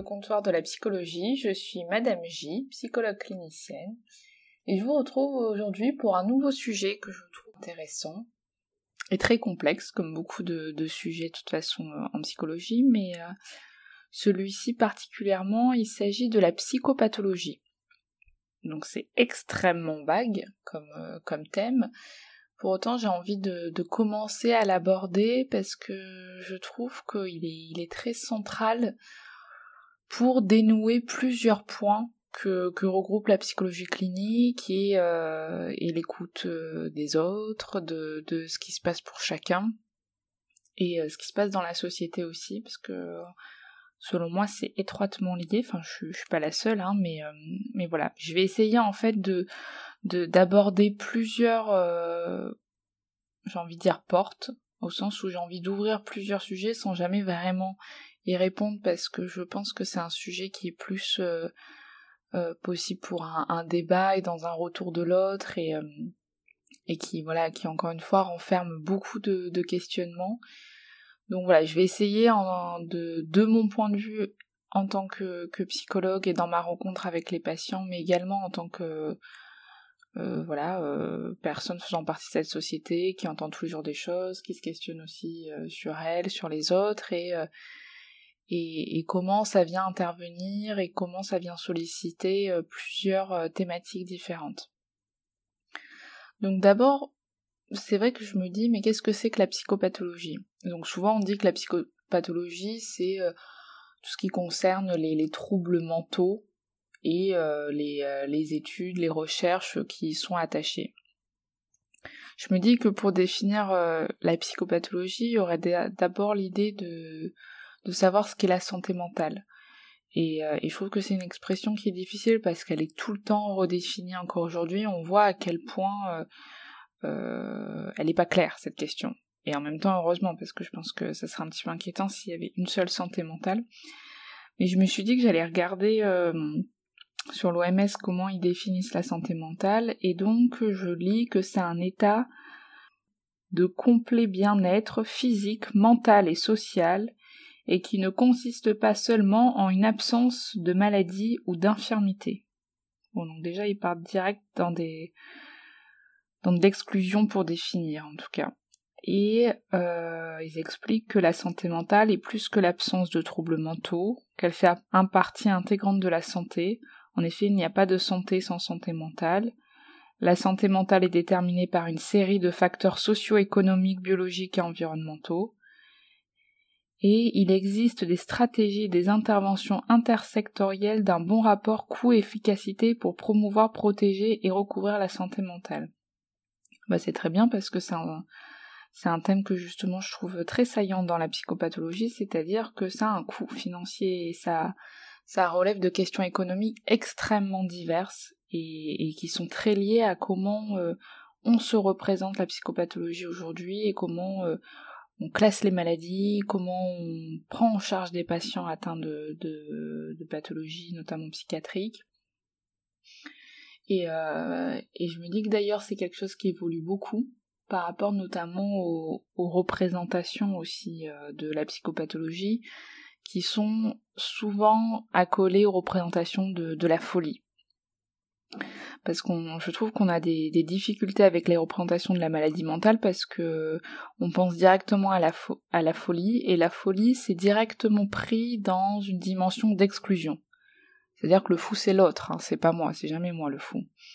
comptoir de la psychologie, je suis Madame J, psychologue clinicienne, et je vous retrouve aujourd'hui pour un nouveau sujet que je trouve intéressant et très complexe, comme beaucoup de sujets de toute façon en psychologie, mais celui-ci particulièrement, il s'agit de la psychopathologie. Donc c'est extrêmement vague comme thème. Pour autant, j'ai envie de commencer à l'aborder parce que je trouve qu'il est très central pour dénouer plusieurs points que regroupe la psychologie clinique et l'écoute des autres, de ce qui se passe pour chacun et ce qui se passe dans la société aussi, parce que selon moi c'est étroitement lié. Enfin, je suis pas la seule, hein, mais voilà. Je vais essayer en fait d'aborder plusieurs, j'ai envie de dire portes, au sens où j'ai envie d'ouvrir plusieurs sujets sans jamais vraiment y répondre, parce que je pense que c'est un sujet qui est plus possible pour un débat et dans un retour de l'autre, et qui encore une fois renferme beaucoup de questionnements. Donc voilà, je vais essayer de mon point de vue en tant que psychologue et dans ma rencontre avec les patients, mais également en tant que personne faisant partie de cette société, qui entend tous les jours des choses, qui se questionne aussi sur elle, sur les autres, et comment ça vient intervenir et comment ça vient solliciter plusieurs thématiques différentes. Donc d'abord, c'est vrai que je me dis, mais qu'est-ce que c'est que la psychopathologie ? Donc souvent on dit que la psychopathologie, c'est tout ce qui concerne les troubles mentaux et les études, les recherches qui y sont attachées. Je me dis que pour définir la psychopathologie, il y aurait d'abord l'idée de savoir ce qu'est la santé mentale. Et je trouve que c'est une expression qui est difficile parce qu'elle est tout le temps redéfinie encore aujourd'hui. On voit à quel point elle n'est pas claire, cette question. Et en même temps, heureusement, parce que je pense que ça serait un petit peu inquiétant s'il y avait une seule santé mentale. Mais je me suis dit que j'allais regarder sur l'OMS comment ils définissent la santé mentale, et donc je lis que c'est un état de complet bien-être physique, mental et social, et qui ne consiste pas seulement en une absence de maladie ou d'infirmité. Bon, donc déjà, ils partent direct dans de l'exclusion pour définir, en tout cas. Et ils expliquent que la santé mentale est plus que l'absence de troubles mentaux, qu'elle fait une partie intégrante de la santé. En effet, il n'y a pas de santé sans santé mentale. La santé mentale est déterminée par une série de facteurs socio-économiques, biologiques et environnementaux. Et il existe des stratégies et des interventions intersectorielles d'un bon rapport coût-efficacité pour promouvoir, protéger et recouvrir la santé mentale. C'est très bien parce que c'est un thème que justement je trouve très saillant dans la psychopathologie, c'est-à-dire que ça a un coût financier et ça relève de questions économiques extrêmement diverses et qui sont très liées à comment on se représente la psychopathologie aujourd'hui et comment on classe les maladies, comment on prend en charge des patients atteints de pathologies, notamment psychiatriques. Et je me dis que d'ailleurs c'est quelque chose qui évolue beaucoup par rapport notamment aux représentations aussi de la psychopathologie, qui sont souvent accolées aux représentations de la folie. Parce je trouve qu'on a des difficultés avec les représentations de la maladie mentale parce que on pense directement à la folie, et la folie c'est directement pris dans une dimension d'exclusion. C'est-à-dire que le fou c'est l'autre, hein, c'est pas moi, c'est jamais moi le fou.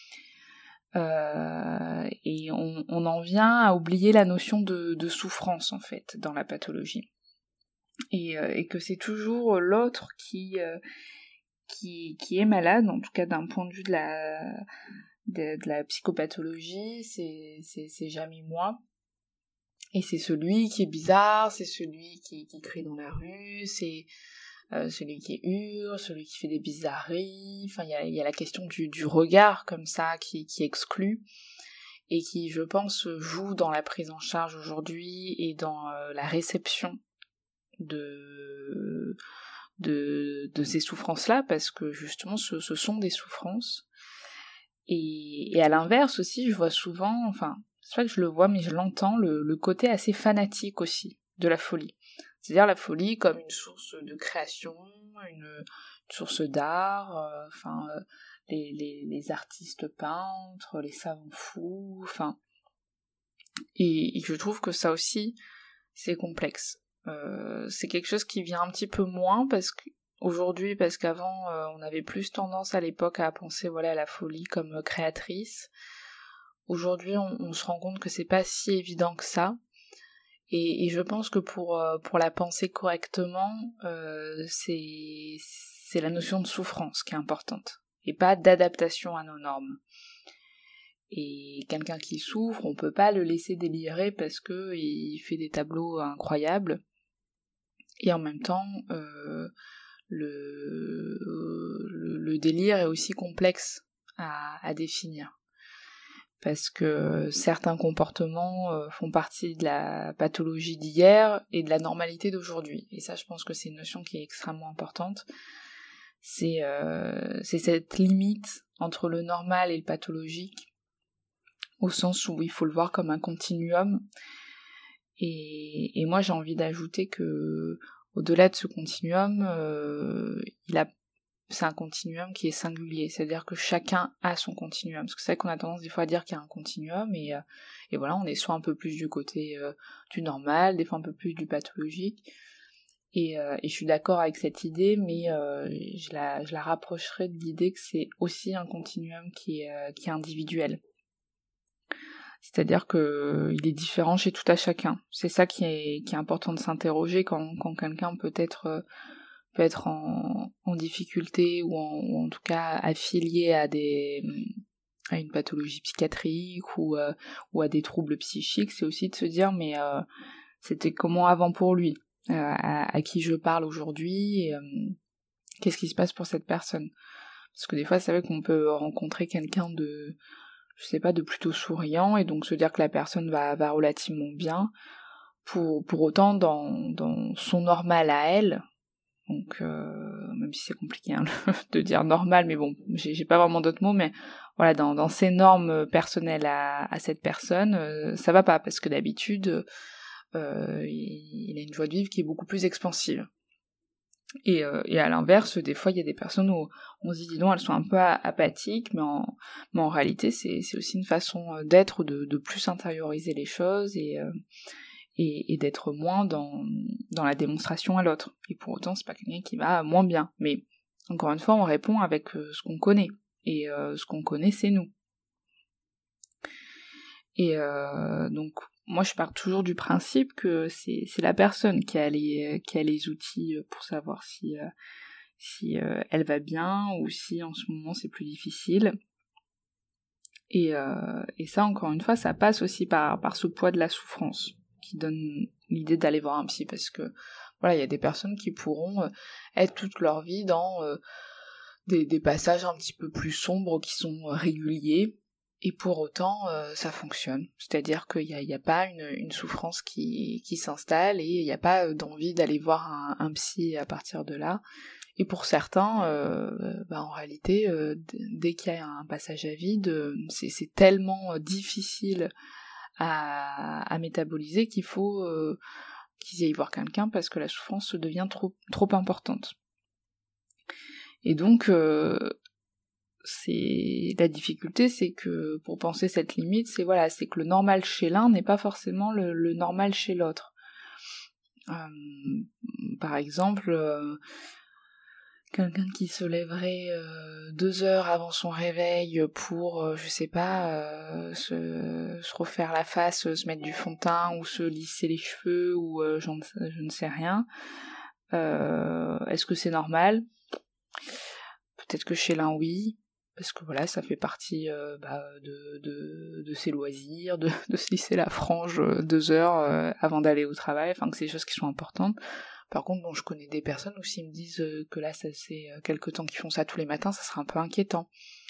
Et on en vient à oublier la notion de souffrance en fait dans la pathologie. Et que c'est toujours l'autre qui est malade, en tout cas d'un point de vue de la psychopathologie, c'est jamais moi. Et c'est celui qui est bizarre, c'est celui qui crie dans la rue, c'est celui qui hurle, celui qui fait des bizarreries. Enfin, il y a la question du regard comme ça qui exclut, et qui, je pense, joue dans la prise en charge aujourd'hui et dans la réception de ces souffrances-là, parce que justement ce sont des souffrances. Et à l'inverse aussi, je vois souvent, enfin, c'est pas que je le vois, mais je l'entends, le côté assez fanatique aussi de la folie. C'est-à-dire la folie comme une source de création, une source d'art, les artistes peintres, les savants fous, et je trouve que ça aussi, c'est complexe. C'est quelque chose qui vient un petit peu moins aujourd'hui, parce qu'avant, on avait plus tendance à l'époque à penser à la folie comme créatrice. Aujourd'hui, on se rend compte que c'est pas si évident que ça. Et je pense que pour la penser correctement, c'est la notion de souffrance qui est importante, et pas d'adaptation à nos normes. Et quelqu'un qui souffre, on peut pas le laisser délirer parce que il fait des tableaux incroyables, et en même temps, le délire est aussi complexe à définir. Parce que certains comportements font partie de la pathologie d'hier et de la normalité d'aujourd'hui. Et ça, je pense que c'est une notion qui est extrêmement importante. C'est cette limite entre le normal et le pathologique, au sens où il faut le voir comme un continuum. Et moi, j'ai envie d'ajouter que, au-delà de ce continuum, c'est un continuum qui est singulier, c'est-à-dire que chacun a son continuum, parce que c'est vrai qu'on a tendance des fois à dire qu'il y a un continuum, et voilà, on est soit un peu plus du côté du normal, des fois un peu plus du pathologique, et je suis d'accord avec cette idée, mais je la rapprocherai de l'idée que c'est aussi un continuum qui est individuel. C'est-à-dire que il est différent chez tout à chacun. C'est ça qui est important de s'interroger quand quelqu'un peut être en difficulté, ou en tout cas affilié à une pathologie psychiatrique, ou à des troubles psychiques. C'est aussi de se dire mais c'était comment avant pour lui, à qui je parle aujourd'hui, et qu'est-ce qui se passe pour cette personne. Parce que des fois c'est vrai qu'on peut rencontrer quelqu'un de plutôt souriant, et donc se dire que la personne va relativement bien, pour autant dans son normal à elle. Donc même si c'est compliqué de dire normal, mais bon, j'ai pas vraiment d'autres mots, mais voilà, dans ses normes personnelles à cette personne, ça va pas, parce que d'habitude il a une joie de vivre qui est beaucoup plus expansive. Et à l'inverse, des fois il y a des personnes où on se dit dis donc, elles sont un peu apathiques, mais en réalité c'est aussi une façon d'être, de plus intérioriser les choses, et d'être moins dans la démonstration à l'autre. Et pour autant, c'est pas quelqu'un qui va moins bien. Mais encore une fois, on répond avec ce qu'on connaît. Et ce qu'on connaît, c'est nous. Et donc, moi, je pars toujours du principe que c'est la personne qui a les outils pour savoir si elle va bien, ou si en ce moment c'est plus difficile. Et ça, encore une fois, ça passe aussi par ce poids de la souffrance, qui donne l'idée d'aller voir un psy, parce que voilà, il y a des personnes qui pourront être toute leur vie dans des passages un petit peu plus sombres, qui sont réguliers, et pour autant ça fonctionne. C'est-à-dire qu'il n'y a pas une souffrance qui s'installe, et il n'y a pas d'envie d'aller voir un psy à partir de là. Et pour certains, en réalité, dès qu'il y a un passage à vide, c'est tellement difficile à métaboliser qu'il faut qu'ils aillent voir quelqu'un, parce que la souffrance devient trop importante. Et donc, la difficulté, c'est que pour penser cette limite, c'est que le normal chez l'un n'est pas forcément le normal chez l'autre. Par exemple, quelqu'un qui se lèverait 2 heures avant son réveil pour, se refaire la face, se mettre du fond de teint, ou se lisser les cheveux, ou je ne sais rien. Est-ce que c'est normal ? Peut-être que chez l'un, oui, parce que voilà, ça fait partie de ses loisirs, de se lisser la frange 2 heures avant d'aller au travail, que c'est des choses qui sont importantes. Par contre, je connais des personnes où s'ils me disent que là, ça c'est quelque temps qu'ils font ça tous les matins, ça sera un peu inquiétant.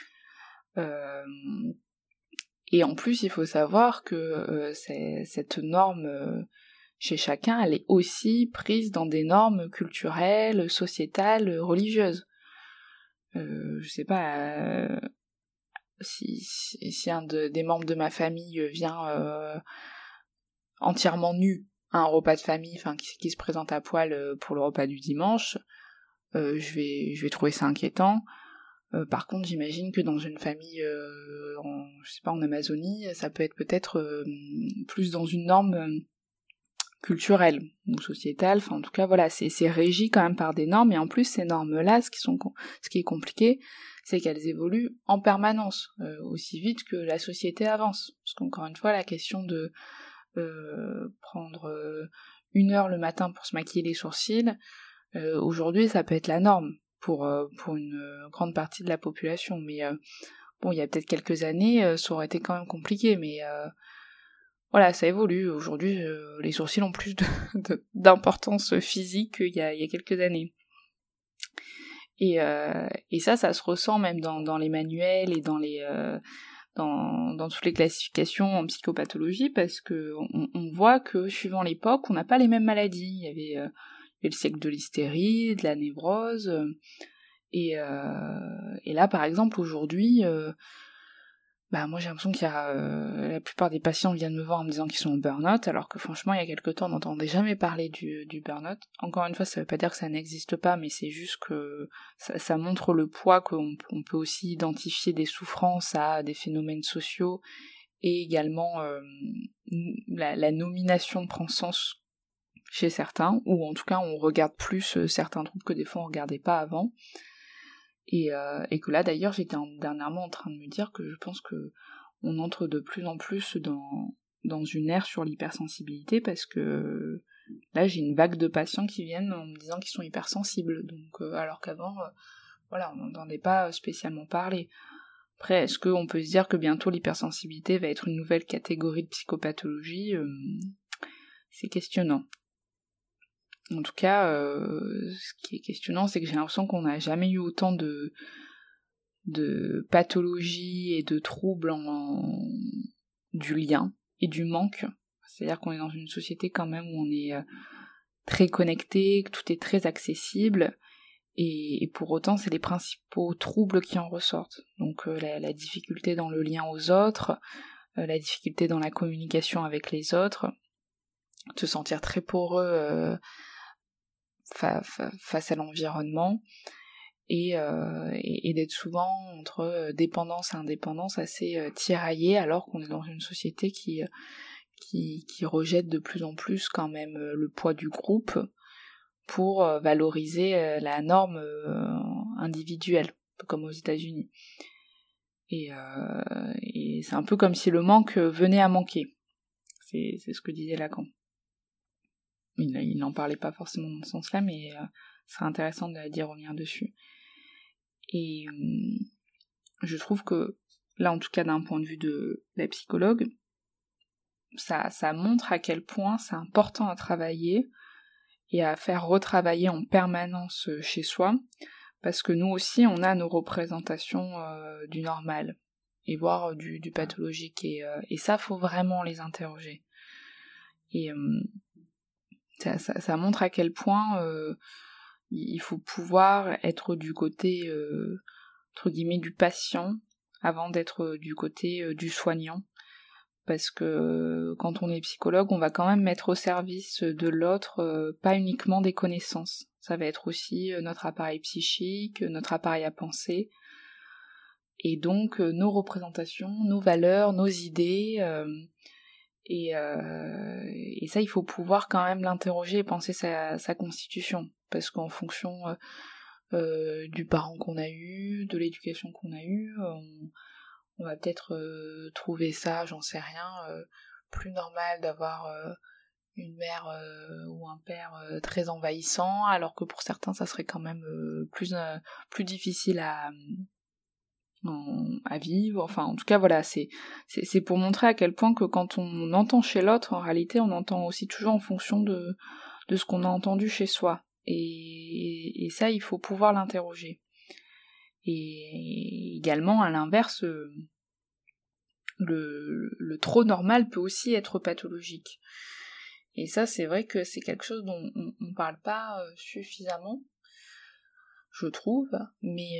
Et en plus, il faut savoir que cette norme chez chacun, elle est aussi prise dans des normes culturelles, sociétales, religieuses. Je sais pas, si un des membres de ma famille vient entièrement nu un repas de famille, qui se présente à poil pour le repas du dimanche, je vais trouver ça inquiétant. Par contre, j'imagine que dans une famille, en Amazonie, ça peut être peut-être plus dans une norme culturelle ou sociétale. En tout cas, voilà, c'est régi quand même par des normes. Et en plus, ces normes-là, ce qui est compliqué, c'est qu'elles évoluent en permanence, aussi vite que la société avance. Parce qu'encore une fois, la question de prendre 1 heure le matin pour se maquiller les sourcils, aujourd'hui, ça peut être la norme pour une grande partie de la population. Mais il y a peut-être quelques années, ça aurait été quand même compliqué, mais voilà, ça évolue. Aujourd'hui, les sourcils ont plus d'importance physique qu'il y a quelques années. Et ça se ressent même dans les manuels et dans toutes les classifications en psychopathologie, parce que on voit que suivant l'époque, on n'a pas les mêmes maladies. Il y avait le siècle de l'hystérie, de la névrose, et là par exemple aujourd'hui, moi j'ai l'impression qu'il y a la plupart des patients viennent me voir en me disant qu'ils sont en burn-out, alors que franchement il y a quelque temps on n'entendait jamais parler du burn-out. Encore une fois, ça veut pas dire que ça n'existe pas, mais c'est juste que ça montre le poids qu'on peut aussi identifier des souffrances à des phénomènes sociaux, et également la nomination prend sens chez certains, ou en tout cas on regarde plus certains troubles que des fois on regardait pas avant. Et que là d'ailleurs j'étais dernièrement en train de me dire que je pense que on entre de plus en plus dans une ère sur l'hypersensibilité, parce que là j'ai une vague de patients qui viennent en me disant qu'ils sont hypersensibles, donc alors qu'avant on n'entendait pas spécialement parler. Après, est-ce qu'on peut se dire que bientôt l'hypersensibilité va être une nouvelle catégorie de psychopathologie? C'est questionnant. En tout cas, ce qui est questionnant, c'est que j'ai l'impression qu'on n'a jamais eu autant de pathologies et de troubles du lien et du manque. C'est-à-dire qu'on est dans une société quand même où on est très connecté, que tout est très accessible, et pour autant, c'est les principaux troubles qui en ressortent. Donc la difficulté dans le lien aux autres, la difficulté dans la communication avec les autres, se sentir très poreux face à l'environnement, et d'être souvent entre dépendance et indépendance assez tiraillée, alors qu'on est dans une société qui rejette de plus en plus quand même le poids du groupe pour valoriser la norme individuelle, un peu comme aux États-Unis. Et c'est un peu comme si le manque venait à manquer. C'est ce que disait Lacan. Il n'en parlait pas forcément dans ce sens-là, mais c'est intéressant d'y revenir dessus. Et je trouve que, là en tout cas d'un point de vue de la psychologue, ça montre à quel point c'est important à travailler et à faire retravailler en permanence chez soi, parce que nous aussi on a nos représentations du normal, et voire du pathologique, et ça faut vraiment les interroger. Et ça montre à quel point il faut pouvoir être du côté entre guillemets du patient avant d'être du côté du soignant, parce que quand on est psychologue, on va quand même mettre au service de l'autre pas uniquement des connaissances, ça va être aussi notre appareil psychique, notre appareil à penser, et donc nos représentations, nos valeurs, nos idées, et ça il faut pouvoir quand même l'interroger et penser sa constitution, parce qu'en fonction du parent qu'on a eu, de l'éducation qu'on a eue, on va peut-être trouver ça, j'en sais rien, plus normal d'avoir une mère ou un père très envahissant, alors que pour certains ça serait quand même plus difficile à vivre. Enfin en tout cas voilà, c'est pour montrer à quel point que quand on entend chez l'autre, en réalité on entend aussi toujours en fonction de ce qu'on a entendu chez soi, et ça il faut pouvoir l'interroger. Et également à l'inverse, le trop normal peut aussi être pathologique, et ça c'est vrai que c'est quelque chose dont on parle pas suffisamment, je trouve, mais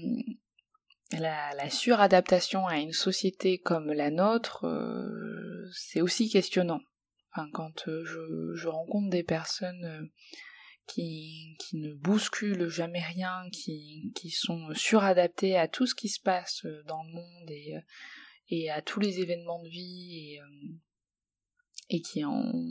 la suradaptation à une société comme la nôtre, c'est aussi questionnant. Enfin, quand je rencontre des personnes qui ne bousculent jamais rien, qui sont suradaptées à tout ce qui se passe dans le monde et à tous les événements de vie et qui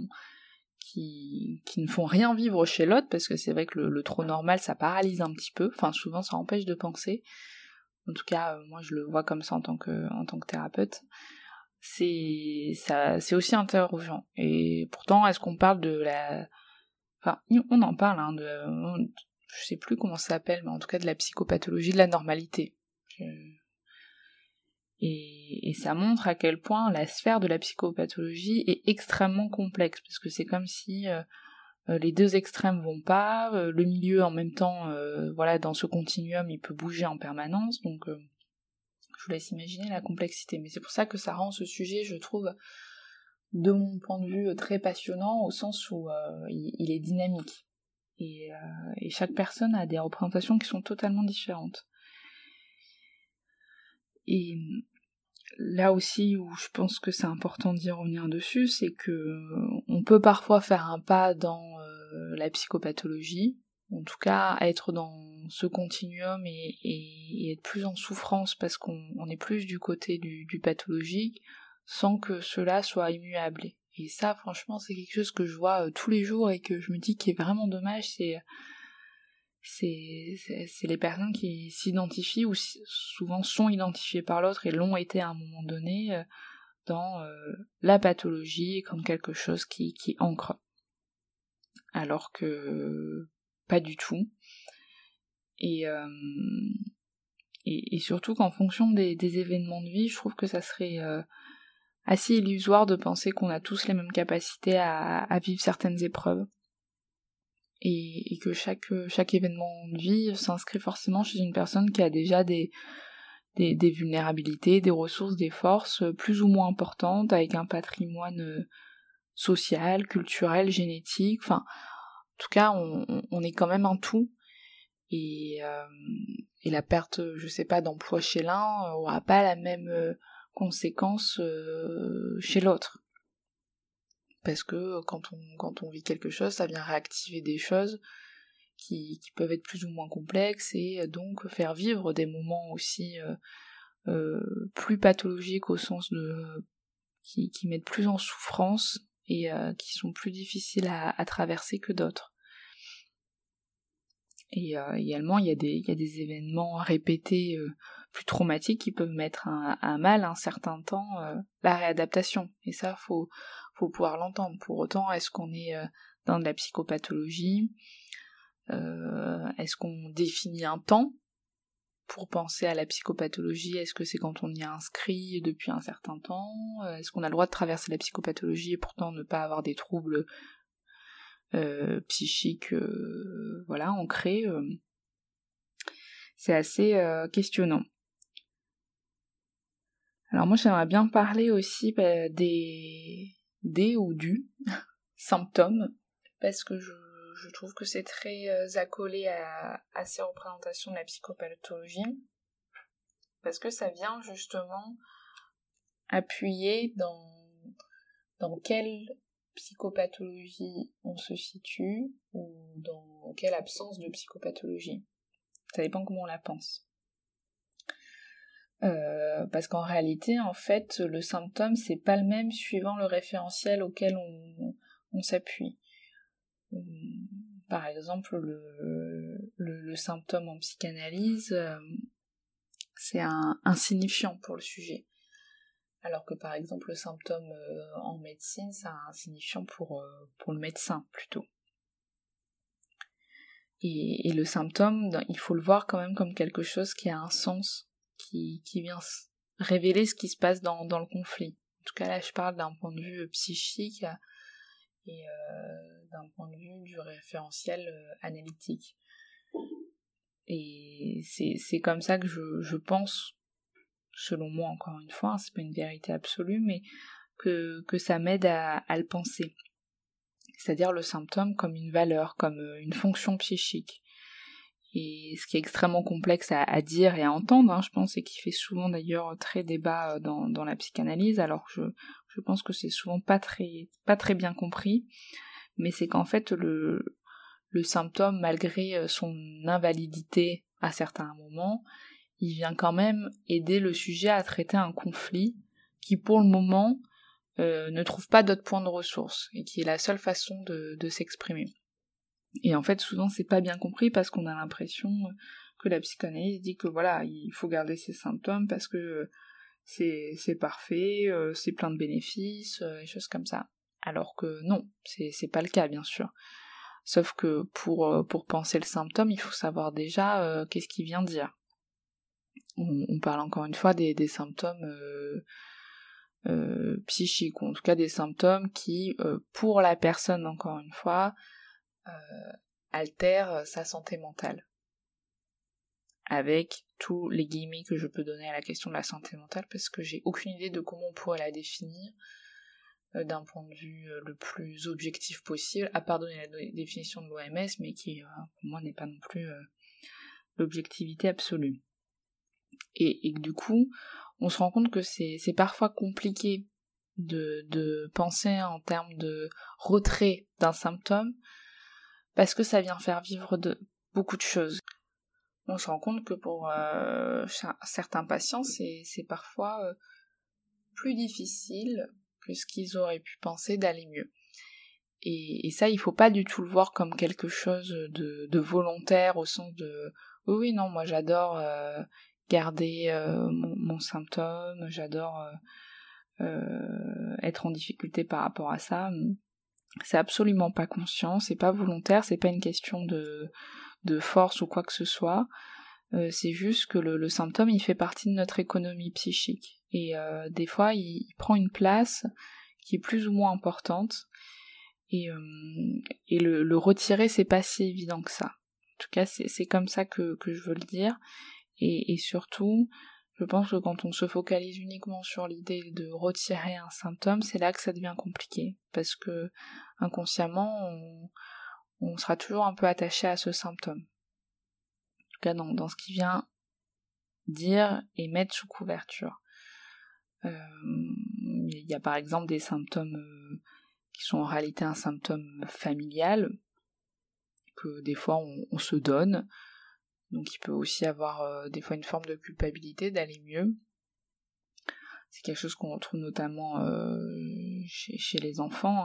ne font rien vivre chez l'autre, parce que c'est vrai que le trop normal ça paralyse un petit peu, enfin souvent ça empêche de penser. En tout cas, moi je le vois comme ça en tant que thérapeute. C'est aussi interrogeant. Et pourtant, est-ce qu'on parle de la... Enfin, on en parle, hein, je sais plus comment ça s'appelle, mais en tout cas de la psychopathologie de la normalité. Et ça montre à quel point la sphère de la psychopathologie est extrêmement complexe, parce que c'est comme si les deux extrêmes vont pas, le milieu en même temps, voilà, dans ce continuum, il peut bouger en permanence, donc je vous laisse imaginer la complexité. Mais c'est pour ça que ça rend ce sujet, je trouve, de mon point de vue, très passionnant, au sens où il est dynamique. Et chaque personne a des représentations qui sont totalement différentes. Et là aussi où je pense que c'est important d'y revenir dessus, c'est que on peut parfois faire un pas dans la psychopathologie, en tout cas être dans ce continuum et être plus en souffrance parce qu'on est plus du côté du pathologique, sans que cela soit immuable. Et ça, franchement, c'est quelque chose que je vois tous les jours et que je me dis qui est vraiment dommage, c'est les personnes qui s'identifient ou souvent sont identifiées par l'autre et l'ont été à un moment donné dans la pathologie comme quelque chose qui ancre. Alors que pas du tout. Et surtout qu'en fonction des événements de vie, je trouve que ça serait assez illusoire de penser qu'on a tous les mêmes capacités à vivre certaines épreuves. Et que chaque événement de vie s'inscrit forcément chez une personne qui a déjà des vulnérabilités, des ressources, des forces plus ou moins importantes, avec un patrimoine social, culturel, génétique, enfin, en tout cas, on est quand même un tout, et la perte, je sais pas, d'emploi chez l'un aura pas la même conséquence chez l'autre. Parce que quand on vit quelque chose, ça vient réactiver des choses qui peuvent être plus ou moins complexes et donc faire vivre des moments aussi plus pathologiques au sens de qui mettent plus en souffrance et qui sont plus difficiles à traverser que d'autres. Et également, il y a des événements répétés plus traumatiques qui peuvent mettre à mal un certain temps la réadaptation. Et ça, faut pouvoir l'entendre. Pour autant, est-ce qu'on est dans de la psychopathologie ? Est-ce qu'on définit un temps pour penser à la psychopathologie? Est-ce que c'est quand on y est inscrit depuis un certain temps? Est-ce qu'on a le droit de traverser la psychopathologie et pourtant ne pas avoir des troubles psychiques voilà, ancrés? C'est assez questionnant. Alors moi j'aimerais bien parler aussi des ou du symptômes, parce que je trouve que c'est très accolé à ces représentations de la psychopathologie, parce que ça vient justement appuyer dans quelle psychopathologie on se situe, ou dans quelle absence de psychopathologie. Ça dépend comment on la pense. Parce qu'en réalité, en fait, le symptôme, c'est pas le même suivant le référentiel auquel on s'appuie. Par exemple, le symptôme en psychanalyse, c'est insignifiant pour le sujet. Alors que par exemple, le symptôme en médecine, c'est insignifiant pour le médecin, plutôt. Et le symptôme, il faut le voir quand même comme quelque chose qui a un sens, qui vient révéler ce qui se passe dans le conflit. En tout cas, là, je parle d'un point de vue psychique et d'un point de vue du référentiel analytique. Et c'est comme ça que je pense, selon moi, encore une fois, hein, c'est pas une vérité absolue, mais que ça m'aide à le penser. C'est-à-dire le symptôme comme une valeur, comme une fonction psychique. et ce qui est extrêmement complexe à dire et à entendre, je pense, et qui fait souvent d'ailleurs très débat dans la psychanalyse, alors que je pense que c'est souvent pas très bien compris, mais c'est qu'en fait le symptôme, malgré son invalidité à certains moments, il vient quand même aider le sujet à traiter un conflit qui pour le moment ne trouve pas d'autre point de ressource, et qui est la seule façon de s'exprimer. Et en fait, souvent, c'est pas bien compris parce qu'on a l'impression que la psychanalyse dit que voilà, il faut garder ses symptômes parce que c'est parfait, c'est plein de bénéfices, et choses comme ça. Alors que non, c'est pas le cas, bien sûr. Sauf que pour penser le symptôme, il faut savoir déjà qu'est-ce qu'il vient dire. On parle encore une fois des symptômes psychiques, ou en tout cas des symptômes qui, pour la personne, encore une fois, altère sa santé mentale. Avec tous les guillemets que je peux donner à la question de la santé mentale, parce que j'ai aucune idée de comment on pourrait la définir d'un point de vue le plus objectif possible, à part donner la définition de l'OMS, mais qui, pour moi, n'est pas non plus l'objectivité absolue. Et du coup, on se rend compte que c'est parfois compliqué de penser en termes de retrait d'un symptôme, parce que ça vient faire vivre beaucoup de choses. On se rend compte que pour certains patients, c'est parfois plus difficile que ce qu'ils auraient pu penser d'aller mieux. Et ça, il faut pas du tout le voir comme quelque chose de volontaire, au sens de oui, non, moi j'adore garder mon symptôme, j'adore être en difficulté par rapport à ça. C'est absolument pas conscient, c'est pas volontaire, c'est pas une question de force ou quoi que ce soit. C'est juste que le symptôme, il fait partie de notre économie psychique. Et des fois, il prend une place qui est plus ou moins importante. Et le retirer, c'est pas si évident que ça. En tout cas, c'est comme ça que je veux le dire. Et surtout, je pense que quand on se focalise uniquement sur l'idée de retirer un symptôme, c'est là que ça devient compliqué. Parce que inconsciemment, on sera toujours un peu attaché à ce symptôme. En tout cas, dans ce qui vient dire et mettre sous couverture. Il y a par exemple des symptômes qui sont en réalité un symptôme familial, que des fois on se donne, donc il peut aussi avoir des fois une forme de culpabilité d'aller mieux. C'est quelque chose qu'on retrouve notamment chez les enfants.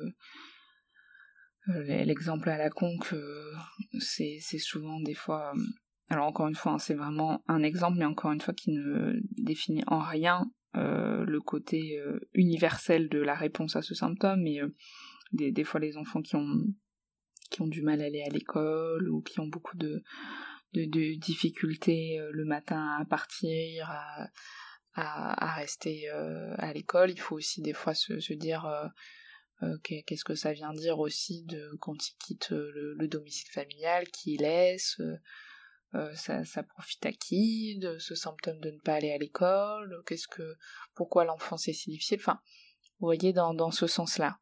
L'exemple à la con que c'est souvent des fois... alors encore une fois, c'est vraiment un exemple, mais encore une fois qui ne définit en rien le côté universel de la réponse à ce symptôme, mais des fois les enfants qui ont du mal à aller à l'école, ou qui ont beaucoup de difficultés le matin à partir, à rester à l'école. Il faut aussi des fois se dire qu'est-ce que ça vient dire aussi de quand ils quittent le domicile familial, qui laisse, ça profite à qui, de ce symptôme de ne pas aller à l'école, pourquoi l'enfance est si difficile, enfin, vous voyez, dans ce sens-là.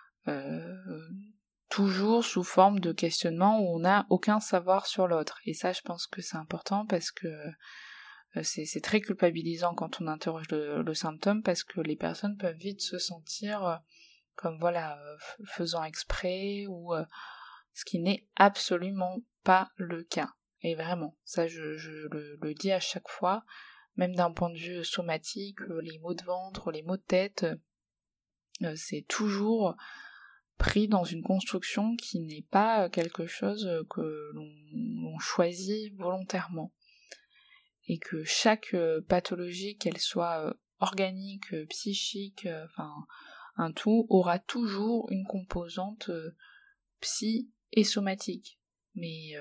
Toujours sous forme de questionnement où on n'a aucun savoir sur l'autre. Et ça, je pense que c'est important parce que c'est très culpabilisant quand on interroge le symptôme, parce que les personnes peuvent vite se sentir comme voilà, faisant exprès, ou ce qui n'est absolument pas le cas. Et vraiment, ça je le dis à chaque fois, même d'un point de vue somatique, les maux de ventre, les maux de tête, c'est toujours pris dans une construction qui n'est pas quelque chose que l'on choisit volontairement. Et que chaque pathologie, qu'elle soit organique, psychique, enfin un tout, aura toujours une composante psy et somatique. Mais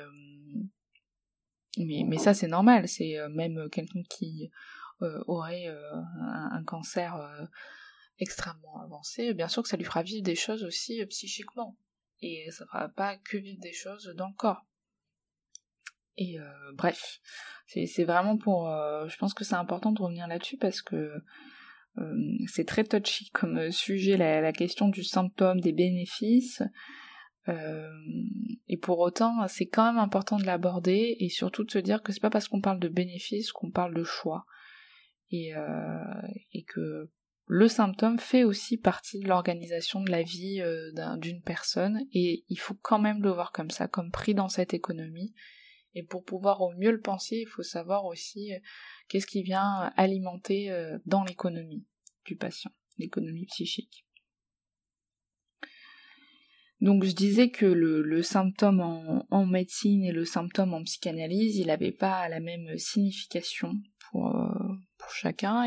ça c'est normal, c'est même quelqu'un qui aurait un cancer extrêmement avancé, bien sûr que ça lui fera vivre des choses aussi psychiquement, et ça fera pas que vivre des choses dans le corps. Et bref, c'est vraiment pour... je pense que c'est important de revenir là-dessus, parce que c'est très touchy comme sujet, la question du symptôme, des bénéfices, Et pour autant, c'est quand même important de l'aborder et surtout de se dire que c'est pas parce qu'on parle de bénéfices qu'on parle de choix. Et que le symptôme fait aussi partie de l'organisation de la vie d'une personne et il faut quand même le voir comme ça, comme pris dans cette économie. Et pour pouvoir au mieux le penser, il faut savoir aussi qu'est-ce qui vient alimenter dans l'économie du patient, l'économie psychique. Donc je disais que le symptôme en médecine et le symptôme en psychanalyse, il n'avait pas la même signification pour chacun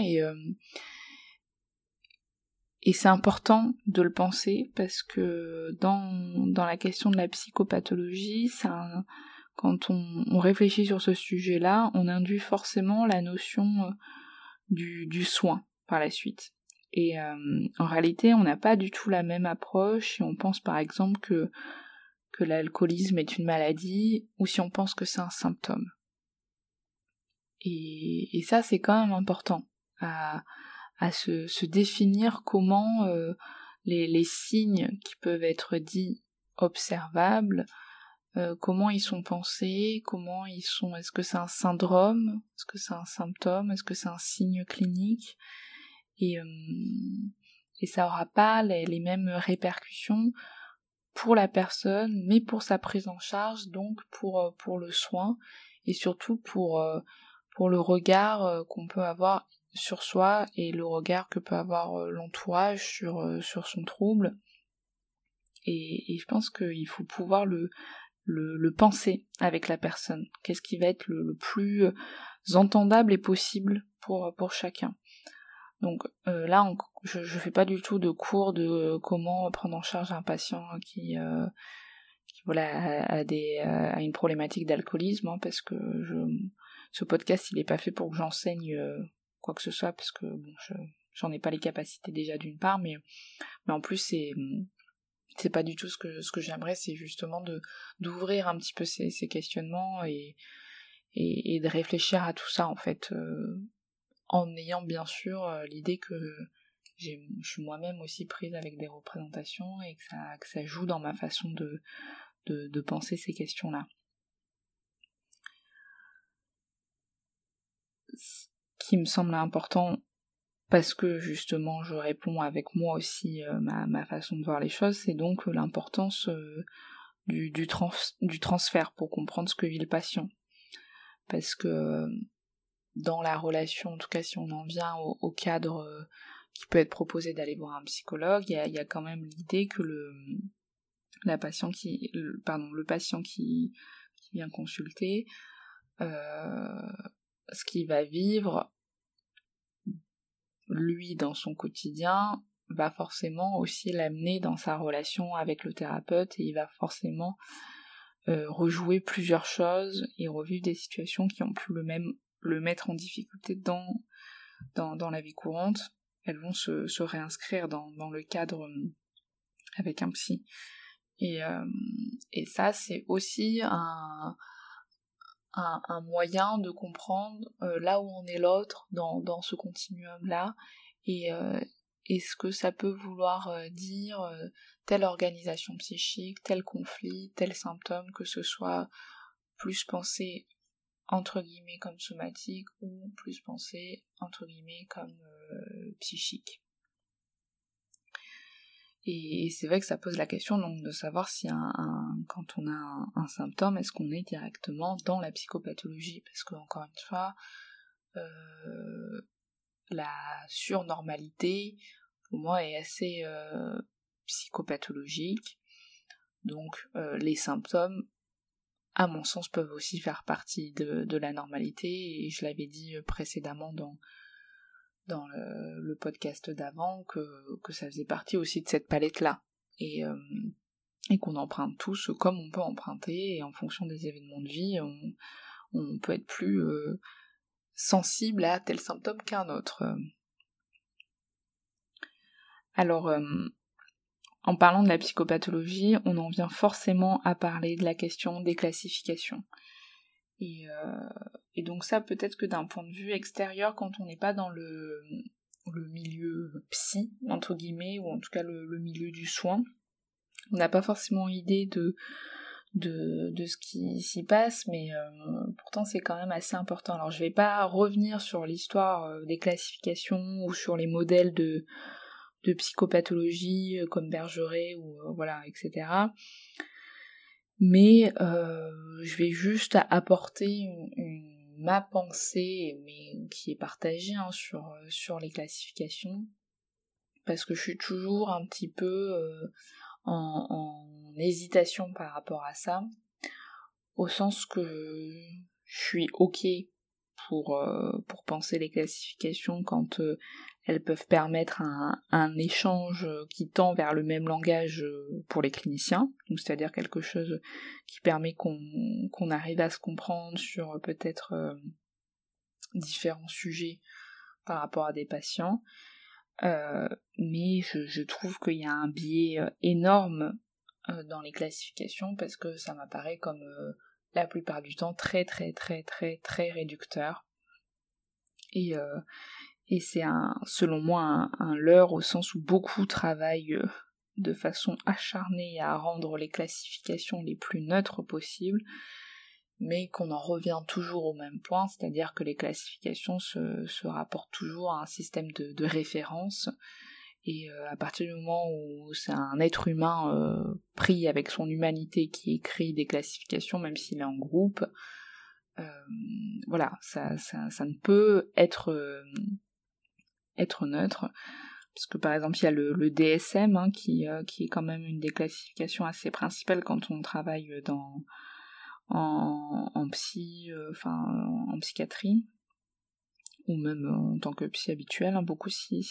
et c'est important de le penser parce que dans la question de la psychopathologie, quand on réfléchit sur ce sujet-là, on induit forcément la notion du soin par la suite. Et en réalité, on n'a pas du tout la même approche si on pense par exemple que l'alcoolisme est une maladie ou si on pense que c'est un symptôme. Et ça, c'est quand même important à se définir comment les signes qui peuvent être dits observables, comment ils sont pensés, comment ils sont, est-ce que c'est un syndrome, est-ce que c'est un symptôme, est-ce que c'est un signe clinique, et ça aura pas les mêmes répercussions pour la personne, mais pour sa prise en charge, donc pour le soin, et surtout pour le regard qu'on peut avoir sur soi et le regard que peut avoir l'entourage sur son trouble. Et je pense qu'il faut pouvoir le penser avec la personne. Qu'est-ce qui va être le plus entendable et possible pour chacun. Donc là, je fais pas du tout de cours de comment prendre en charge un patient qui voilà, a une problématique d'alcoolisme, hein, parce que ce podcast, il est pas fait pour que j'enseigne quoi que ce soit, parce que bon, j'en ai pas les capacités déjà d'une part, mais en plus c'est pas du tout ce que j'aimerais, c'est justement d'ouvrir un petit peu ces questionnements et de réfléchir à tout ça en fait, en ayant bien sûr l'idée que je suis moi-même aussi prise avec des représentations et que ça joue dans ma façon de penser ces questions-là. Ce qui me semble important, parce que justement je réponds avec moi aussi ma façon de voir les choses, c'est donc l'importance du transfert pour comprendre ce que vit le patient. Parce que dans la relation, en tout cas si on en vient au cadre qui peut être proposé d'aller voir un psychologue, il y a quand même l'idée que le patient qui vient consulter, ce qu'il va vivre lui dans son quotidien va forcément aussi l'amener dans sa relation avec le thérapeute et il va forcément rejouer plusieurs choses et revivre des situations qui ont pu le mettre en difficulté dans la vie courante. Elles vont se réinscrire dans le cadre avec un psy. Et ça, c'est aussi un moyen de comprendre là où en est l'autre dans ce continuum-là et ce que ça peut vouloir dire telle organisation psychique, tel conflit, tel symptôme, que ce soit plus pensé entre guillemets comme somatique ou plus pensé entre guillemets comme psychique. Et c'est vrai que ça pose la question donc de savoir si quand on a un symptôme, est-ce qu'on est directement dans la psychopathologie, parce que encore une fois, la surnormalité pour moi est assez psychopathologique. Donc les symptômes, à mon sens, peuvent aussi faire partie de la normalité, et je l'avais dit précédemment dans le podcast d'avant que ça faisait partie aussi de cette palette-là, et qu'on emprunte tous comme on peut emprunter, et en fonction des événements de vie, on peut être plus sensible à tel symptôme qu'un autre. Alors, en parlant de la psychopathologie, on en vient forcément à parler de la question des classifications. Et donc ça, peut-être que d'un point de vue extérieur, quand on n'est pas dans le milieu psy, entre guillemets, ou en tout cas le milieu du soin, on n'a pas forcément idée de ce qui s'y passe, mais pourtant c'est quand même assez important. Alors je vais pas revenir sur l'histoire des classifications ou sur les modèles de psychopathologie comme Bergeret ou voilà, etc. Mais je vais juste apporter ma pensée, mais qui est partagée sur les classifications, parce que je suis toujours un petit peu en hésitation par rapport à ça, au sens que je suis ok pour penser les classifications quand elles peuvent permettre un échange qui tend vers le même langage pour les cliniciens, donc c'est-à-dire quelque chose qui permet qu'on arrive à se comprendre sur peut-être différents sujets par rapport à des patients, mais je trouve qu'il y a un biais énorme dans les classifications parce que ça m'apparaît comme la plupart du temps très très très très très réducteur, et c'est selon moi un leurre, au sens où beaucoup travaillent de façon acharnée à rendre les classifications les plus neutres possibles, mais qu'on en revient toujours au même point, c'est-à-dire que les classifications se rapportent toujours à un système de référence, et à partir du moment où c'est un être humain pris avec son humanité qui écrit des classifications, même s'il est en groupe, voilà, ça ne peut être neutre, parce que par exemple il y a le DSM qui est quand même une des classifications assez principales quand on travaille en psychiatrie, ou même en tant que psy habituel, hein. Beaucoup si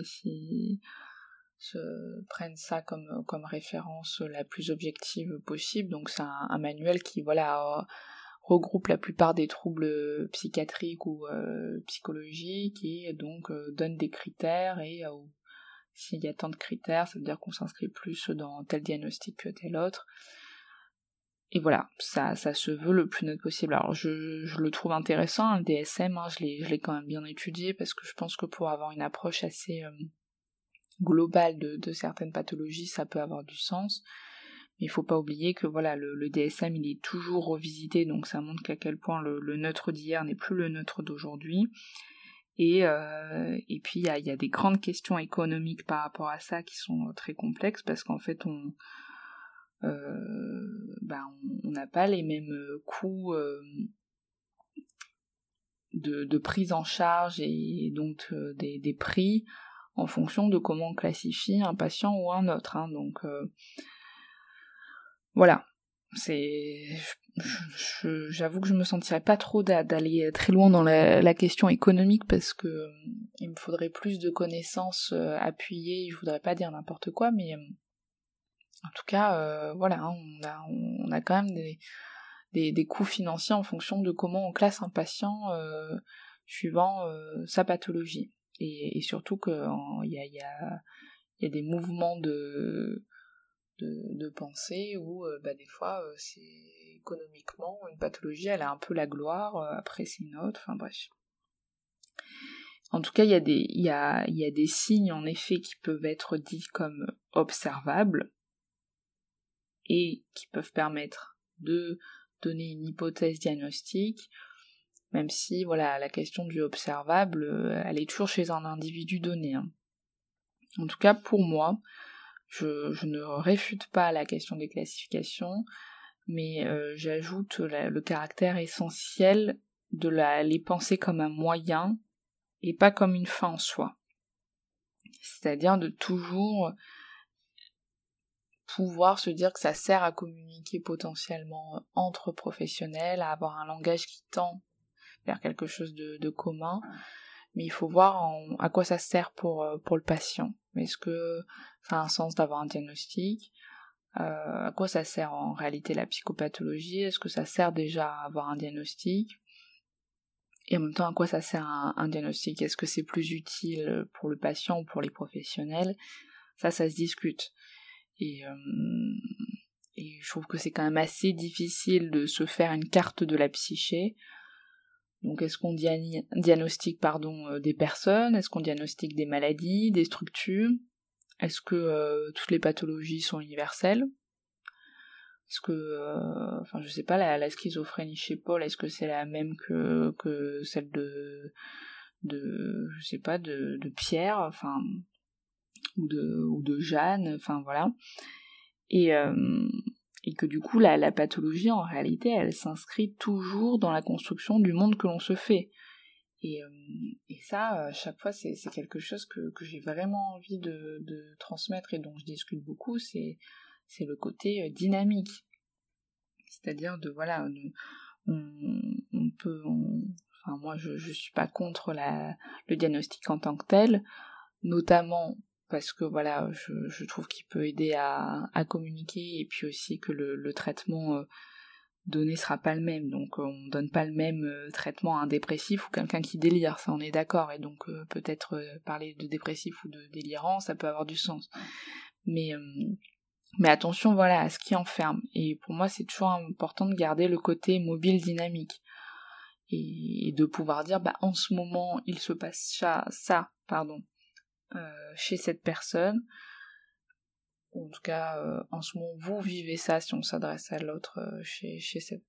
se prennent ça comme référence la plus objective possible, donc c'est un manuel qui regroupe la plupart des troubles psychiatriques ou psychologiques, et donc donne des critères, et s'il y a tant de critères, ça veut dire qu'on s'inscrit plus dans tel diagnostic que tel autre. Et voilà, ça se veut le plus neutre possible. Alors je le trouve intéressant, le DSM, hein, je l'ai quand même bien étudié, parce que je pense que pour avoir une approche assez globale de certaines pathologies, ça peut avoir du sens. Mais il faut pas oublier que voilà, le DSM il est toujours revisité, donc ça montre qu'à quel point le neutre d'hier n'est plus le neutre d'aujourd'hui. Et puis il y a des grandes questions économiques par rapport à ça qui sont très complexes, parce qu'en fait on n'a pas les mêmes coûts de prise en charge, et donc des prix en fonction de comment on classifie un patient ou un autre, hein. Donc voilà, j'avoue que je me sentirais pas trop d'aller très loin dans la question économique, parce que il me faudrait plus de connaissances appuyées. Je voudrais pas dire n'importe quoi, mais en tout cas voilà, hein, on a quand même des coûts financiers en fonction de comment on classe un patient suivant sa pathologie, et surtout qu'il y a des mouvements de pensée où des fois c'est économiquement une pathologie, elle a un peu la gloire, après c'est une autre, enfin bref. En tout cas il y a des signes en effet qui peuvent être dits comme observables et qui peuvent permettre de donner une hypothèse diagnostique, même si voilà, la question du observable elle est toujours chez un individu donné, hein. En tout cas pour moi, je ne réfute pas la question des classifications, mais j'ajoute le caractère essentiel de les penser comme un moyen et pas comme une fin en soi. C'est-à-dire de toujours pouvoir se dire que ça sert à communiquer potentiellement entre professionnels, à avoir un langage qui tend vers quelque chose de commun, mais il faut voir à quoi ça sert pour le patient. Est-ce que ça a un sens d'avoir un diagnostic ? À quoi ça sert en réalité la psychopathologie ? Est-ce que ça sert déjà à avoir un diagnostic ? Et en même temps, à quoi ça sert un diagnostic ? Est-ce que c'est plus utile pour le patient ou pour les professionnels ? Ça se discute. Et je trouve que c'est quand même assez difficile de se faire une carte de la psyché. Donc est-ce qu'on diagnostique des personnes ? Est-ce qu'on diagnostique des maladies, des structures ? Est-ce que toutes les pathologies sont universelles ? Est-ce que, je sais pas, la schizophrénie chez Paul, est-ce que c'est la même que celle de je sais pas, de Pierre, ou de Jeanne, voilà. Et que du coup, la pathologie, en réalité, elle s'inscrit toujours dans la construction du monde que l'on se fait. Et ça, chaque fois, c'est quelque chose que j'ai vraiment envie de transmettre et dont je discute beaucoup, c'est le côté dynamique. C'est-à-dire moi je suis pas contre le diagnostic en tant que tel, notamment parce que je trouve qu'il peut aider à communiquer, et puis aussi que le traitement donné sera pas le même, donc on donne pas le même traitement à un dépressif ou quelqu'un qui délire, ça on est d'accord, et donc peut-être parler de dépressif ou de délirant, ça peut avoir du sens. Mais attention à ce qui enferme, et pour moi c'est toujours important de garder le côté mobile dynamique, et de pouvoir dire en ce moment il se passe ça chez cette personne, ou en tout cas en ce moment vous vivez ça, si on s'adresse à l'autre chez cette...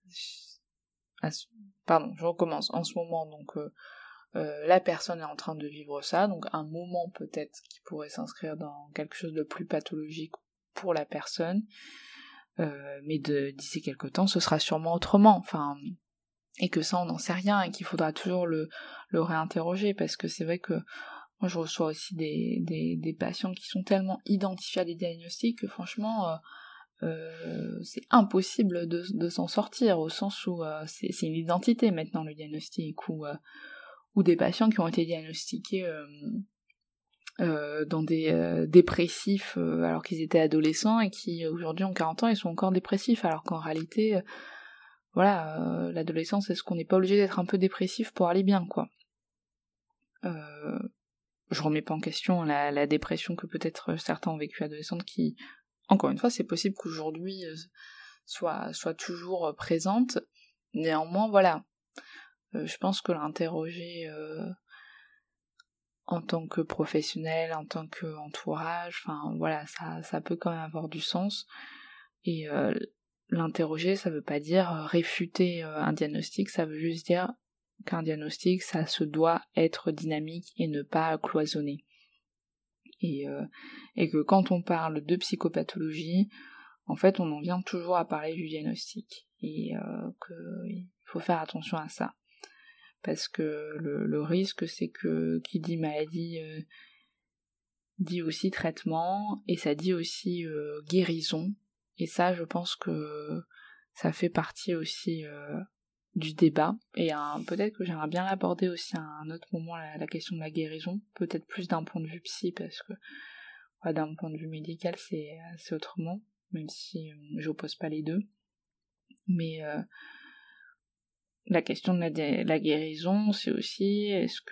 je recommence. En ce moment, donc la personne est en train de vivre ça, donc un moment peut-être qui pourrait s'inscrire dans quelque chose de plus pathologique pour la personne, mais d'ici quelque temps ce sera sûrement autrement, et que ça on n'en sait rien, et qu'il faudra toujours le réinterroger, parce que c'est vrai que moi je reçois aussi des patients qui sont tellement identifiés à des diagnostics que franchement c'est impossible de s'en sortir, au sens où c'est une identité maintenant le diagnostic, ou des patients qui ont été diagnostiqués dans des dépressifs alors qu'ils étaient adolescents, et qui aujourd'hui ont 40 ans et sont encore dépressifs, alors qu'en réalité l'adolescence, est-ce qu'on n'est pas obligé d'être un peu dépressif pour aller bien, quoi. Je remets pas en question la dépression que peut-être certains ont vécu adolescentes, qui, encore une fois, c'est possible qu'aujourd'hui soit toujours présente. Néanmoins, je pense que l'interroger en tant que professionnel, en tant qu'entourage, ça peut quand même avoir du sens. Et l'interroger, ça veut pas dire réfuter un diagnostic, ça veut juste dire qu'un diagnostic, ça se doit être dynamique et ne pas cloisonner. Et que quand on parle de psychopathologie, en fait, on en vient toujours à parler du diagnostic. Et qu'il faut faire attention à ça. Parce que le risque, c'est que qui dit maladie dit aussi traitement, et ça dit aussi guérison. Et ça, je pense que ça fait partie aussi du débat, et peut-être que j'aimerais bien l'aborder aussi à un autre moment, la question de la guérison, peut-être plus d'un point de vue psy, parce que d'un point de vue médical c'est autrement, même si j'oppose pas les deux. Mais la question de la guérison, c'est aussi est-ce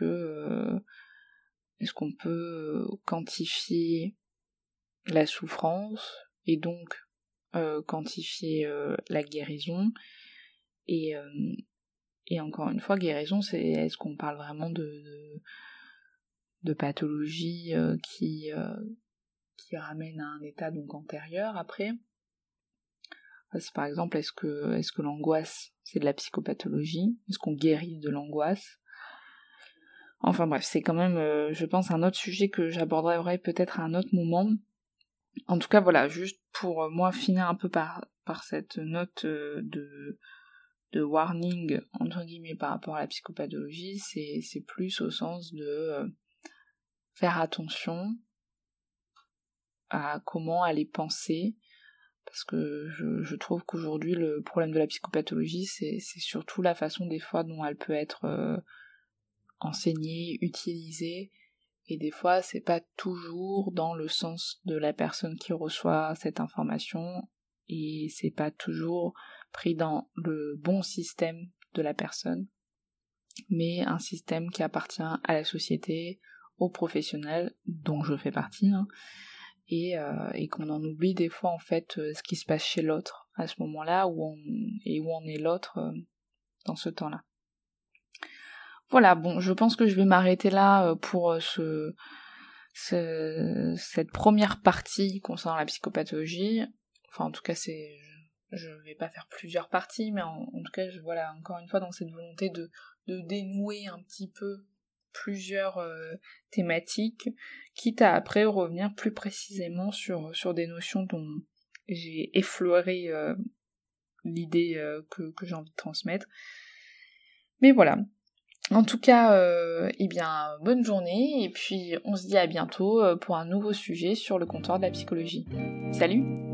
qu'on peut quantifier la souffrance, et donc quantifier la guérison, et encore une fois, guérison, c'est est-ce qu'on parle vraiment de pathologie qui ramène à un état donc antérieur après. C'est par exemple, est-ce que l'angoisse c'est de la psychopathologie? Est-ce qu'on guérit de l'angoisse? Enfin bref, c'est quand même, je pense, un autre sujet que j'aborderai peut-être à un autre moment. En tout cas, juste pour moi finir un peu par cette note de warning entre guillemets par rapport à la psychopathologie, c'est plus au sens de faire attention à comment aller penser, parce que je trouve qu'aujourd'hui le problème de la psychopathologie c'est surtout la façon des fois dont elle peut être enseignée, utilisée, et des fois c'est pas toujours dans le sens de la personne qui reçoit cette information, et c'est pas toujours pris dans le bon système de la personne, mais un système qui appartient à la société, aux professionnels dont je fais partie, et qu'on en oublie des fois en fait ce qui se passe chez l'autre à ce moment-là, où on est l'autre dans ce temps-là. Voilà, bon, je pense que je vais m'arrêter là pour cette première partie concernant la psychopathologie. Enfin, en tout cas, je vais pas faire plusieurs parties, mais en tout cas, voilà, encore une fois, dans cette volonté de dénouer un petit peu plusieurs thématiques, quitte à après revenir plus précisément sur des notions dont j'ai effleuré l'idée que j'ai envie de transmettre. Mais voilà. En tout cas, bonne journée, et puis on se dit à bientôt pour un nouveau sujet sur le comptoir de la psychologie. Salut!